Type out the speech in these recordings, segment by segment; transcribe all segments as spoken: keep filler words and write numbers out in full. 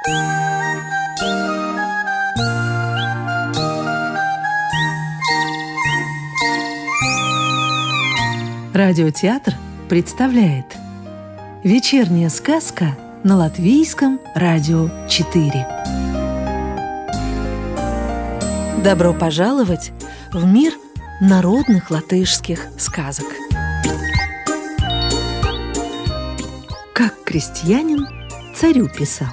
Радиотеатр представляет «Вечерняя сказка» на Латвийском радио четыре. Добро пожаловать в мир народных латышских сказок. Как крестьянин царю писал.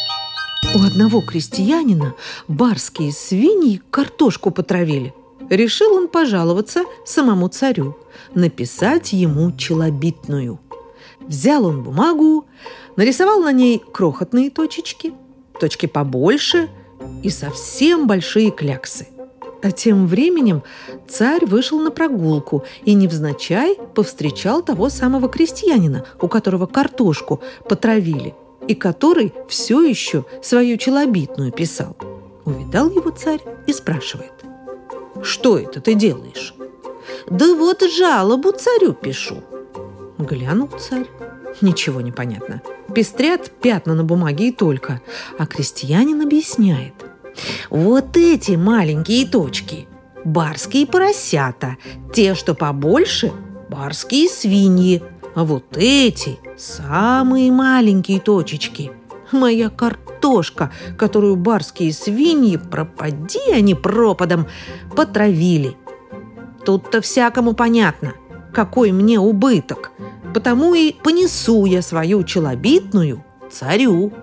У одного крестьянина барские свиньи картошку потравили. Решил он пожаловаться самому царю, написать ему челобитную. Взял он бумагу, нарисовал на ней крохотные точечки, точки побольше и совсем большие кляксы. А тем временем царь вышел на прогулку и невзначай повстречал того самого крестьянина, у которого картошку потравили, и который все еще свою челобитную писал. Увидал его царь и спрашивает: «Что это ты делаешь?» «Да вот жалобу царю пишу». Глянул царь. Ничего не понятно. Пестрят пятна на бумаге и только. А крестьянин объясняет: «Вот эти маленькие точки – барские поросята, те, что побольше – барские свиньи, а вот эти – самые маленькие точечки – моя картошка, которую барские свиньи, пропади они пропадом, потравили. Тут-то всякому понятно, какой мне убыток, потому и понесу я свою челобитную царю».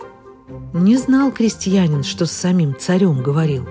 Не знал крестьянин, что с самим царем говорил.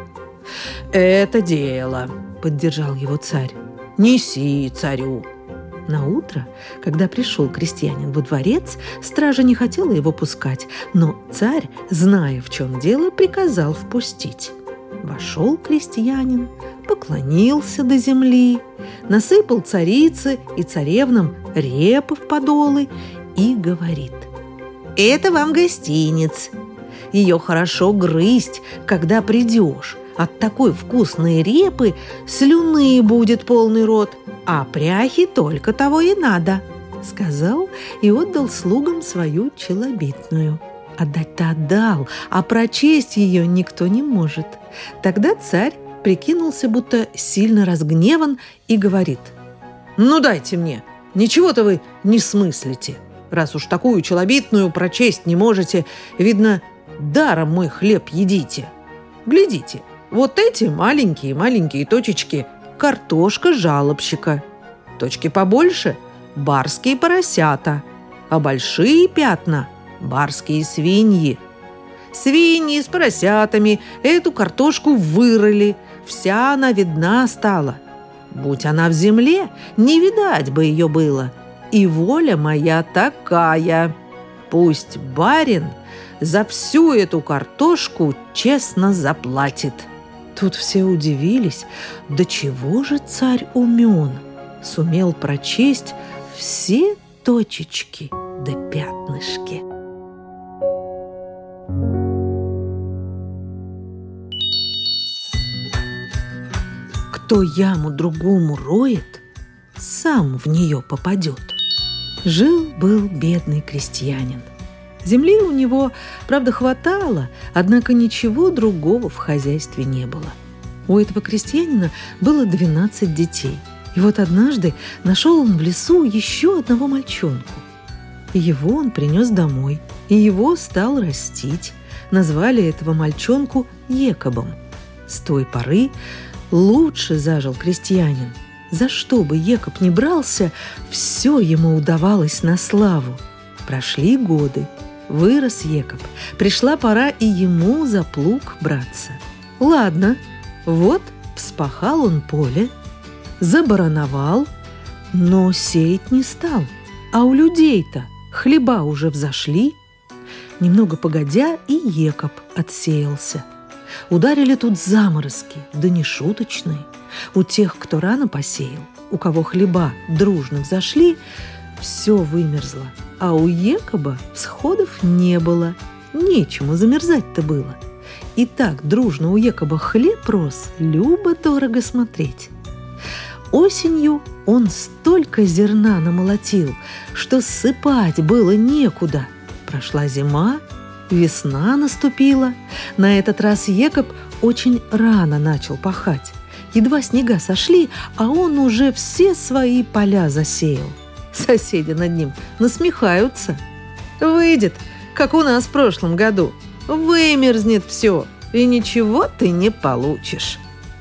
«Это дело», – поддержал его царь, – «неси царю». Наутро, когда пришел крестьянин во дворец, стража не хотела его пускать, но царь, зная, в чем дело, приказал впустить. Вошел крестьянин, поклонился до земли, насыпал царице и царевнам репы в подолы и говорит: «Это вам гостиниц. Ее хорошо грызть, когда придешь. От такой вкусной репы слюны будет полный рот, а пряхи только того и надо», — сказал и отдал слугам свою челобитную. Отдать-то отдал, а прочесть ее никто не может. Тогда царь прикинулся, будто сильно разгневан, и говорит: «Ну дайте мне, ничего-то вы не смыслите. Раз уж такую челобитную прочесть не можете, видно, даром мой хлеб едите. Глядите, вот эти маленькие-маленькие точечки – картошка жалобщика. Точки побольше – барские поросята, а большие пятна – барские свиньи. Свиньи с поросятами эту картошку вырыли, вся она видна стала. Будь она в земле, не видать бы ее было. И воля моя такая: пусть барин за всю эту картошку честно заплатит». Тут все удивились, до чего же царь умен, сумел прочесть все точечки да пятнышки. Кто яму другому роет, сам в нее попадет. Жил-был бедный крестьянин. Земли у него, правда, хватало, однако ничего другого в хозяйстве не было. У этого крестьянина было двенадцать детей. И вот однажды нашел он в лесу еще одного мальчонку. И его он принес домой, и его стал растить. Назвали этого мальчонку Екобом. С той поры лучше зажил крестьянин. За что бы Екоб ни брался, все ему удавалось на славу. Прошли годы. Вырос Екоб. Пришла пора и ему за плуг браться. Ладно, вот вспахал он поле, забарановал, но сеять не стал. А у людей-то хлеба уже взошли. Немного погодя, и Екоб отсеялся. Ударили тут заморозки, да не шуточные. У тех, кто рано посеял, у кого хлеба дружно взошли, все вымерзло, а у Екоба всходов не было, нечему замерзать-то было. И так дружно у Екоба хлеб рос, любо-дорого смотреть. Осенью он столько зерна намолотил, что ссыпать было некуда. Прошла зима, Весна наступила. На этот раз Екоб очень рано начал пахать. Едва снега сошли, а он уже все свои поля засеял. Соседи над ним насмехаются. Выйдет, как у нас в прошлом году. Вымерзнет все, и ничего ты не получишь.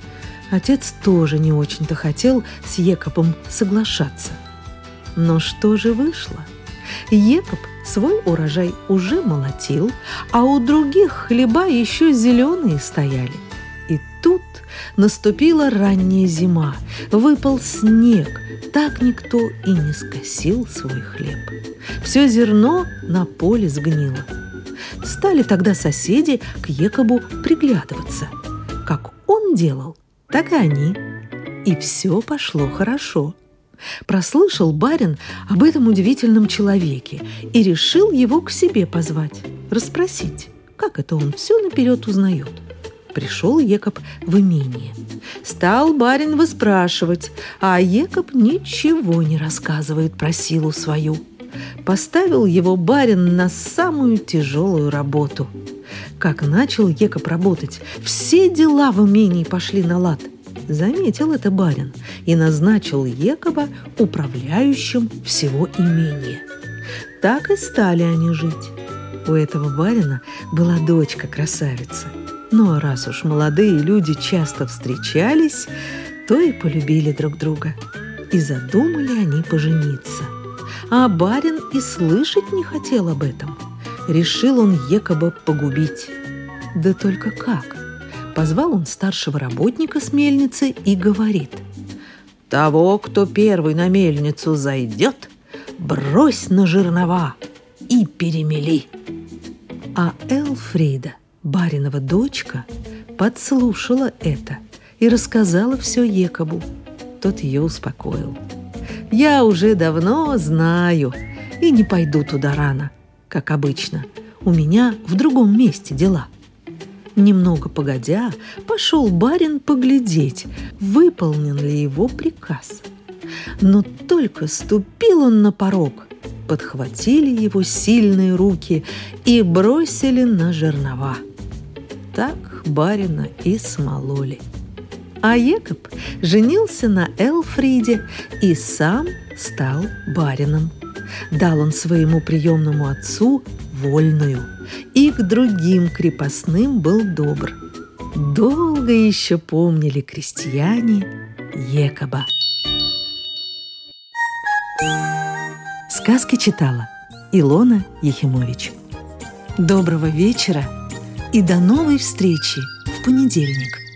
Отец тоже не очень-то хотел с Екобом соглашаться. Но что же вышло? Екоб свой урожай уже молотил, а у других хлеба еще зеленые стояли. И тут наступила ранняя зима, выпал снег, так никто и не скосил свой хлеб. Все зерно на поле сгнило. Стали тогда соседи к Екобу приглядываться. Как он делал, так и они. И все пошло хорошо. Прослышал барин об этом удивительном человеке и решил его к себе позвать, расспросить, как это он все наперед узнает. Пришел Екоб в имение. Стал барин выспрашивать, а Екоб ничего не рассказывает про силу свою. Поставил его барин на самую тяжелую работу. Как начал Екоб работать, все дела в имении пошли на лад. Заметил это барин и назначил Екоба управляющим всего имения. Так и стали они жить. У этого барина была дочка-красавица. Ну а раз уж молодые люди часто встречались, то и полюбили друг друга. И задумали они пожениться. А барин и слышать не хотел об этом. Решил он Екоба погубить. Да только как? Позвал он старшего работника с мельницы и говорит: «Того, кто первый на мельницу зайдет, брось на жернова и перемели». А Элфрида, баринова дочка, подслушала это и рассказала все Екобу. Тот ее успокоил. «Я уже давно знаю и не пойду туда рано, как обычно. У меня в другом месте дела». Немного погодя, пошел барин поглядеть, выполнен ли его приказ. Но только ступил он на порог, подхватили его сильные руки и бросили на жернова. Так барина и смололи. А Екоб женился на Элфриде и сам стал барином. Дал он своему приемному отцу вольную, и к другим крепостным был добр. Долго еще помнили крестьяне Екоба. Сказки читала Илона Ехимович. Доброго вечера и до новой встречи в понедельник.